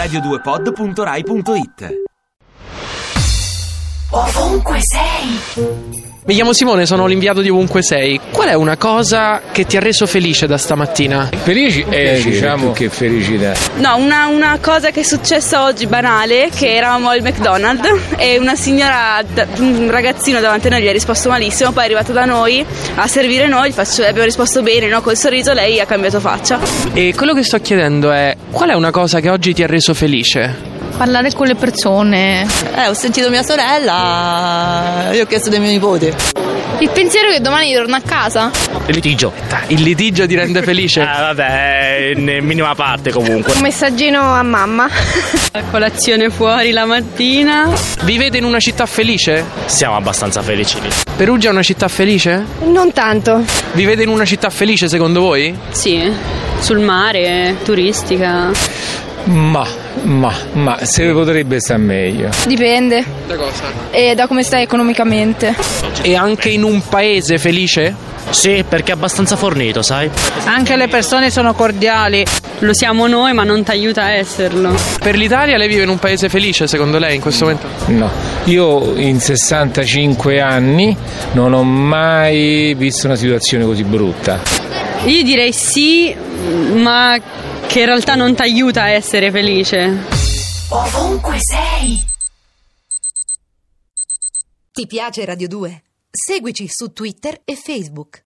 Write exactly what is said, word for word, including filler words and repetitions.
radio due pod punto rai punto it. Ovunque sei. Mi chiamo Simone, sono l'inviato di Ovunque Sei. Qual è una cosa che ti ha reso felice da stamattina? Felici? Eh, diciamo che felicità. No, una, una cosa che è successa oggi banale, che eravamo al McDonald's e una signora, un ragazzino davanti a noi gli ha risposto malissimo, poi è arrivato da noi a servire noi, faccio, abbiamo risposto bene, no? Col sorriso lei ha cambiato faccia. E quello che sto chiedendo è, qual è una cosa che oggi ti ha reso felice? Parlare con le persone. Eh, ho sentito mia sorella, io ho chiesto dei miei nipoti. Il pensiero che domani torno a casa. Il litigio. Il litigio ti rende felice? Ah, vabbè, in minima parte comunque. Un messaggino a mamma. La colazione fuori la mattina. Vivete in una città felice? Siamo abbastanza felici. Perugia è una città felice? Non tanto. Vivete in una città felice secondo voi? Sì, sul mare, turistica. Ma, ma, ma se potrebbe stare meglio. Dipende. Da cosa? E da come stai economicamente. E anche in un paese felice? Sì, perché è abbastanza fornito, sai? Anche le persone sono cordiali. Lo siamo noi, ma non ti aiuta a esserlo. Per l'Italia lei vive in un paese felice secondo lei in questo momento? No, io in sessantacinque anni non ho mai visto una situazione così brutta. Io direi sì, ma che in realtà non ti aiuta a essere felice. Ovunque sei. Ti piace Radio due? Seguici su Twitter e Facebook.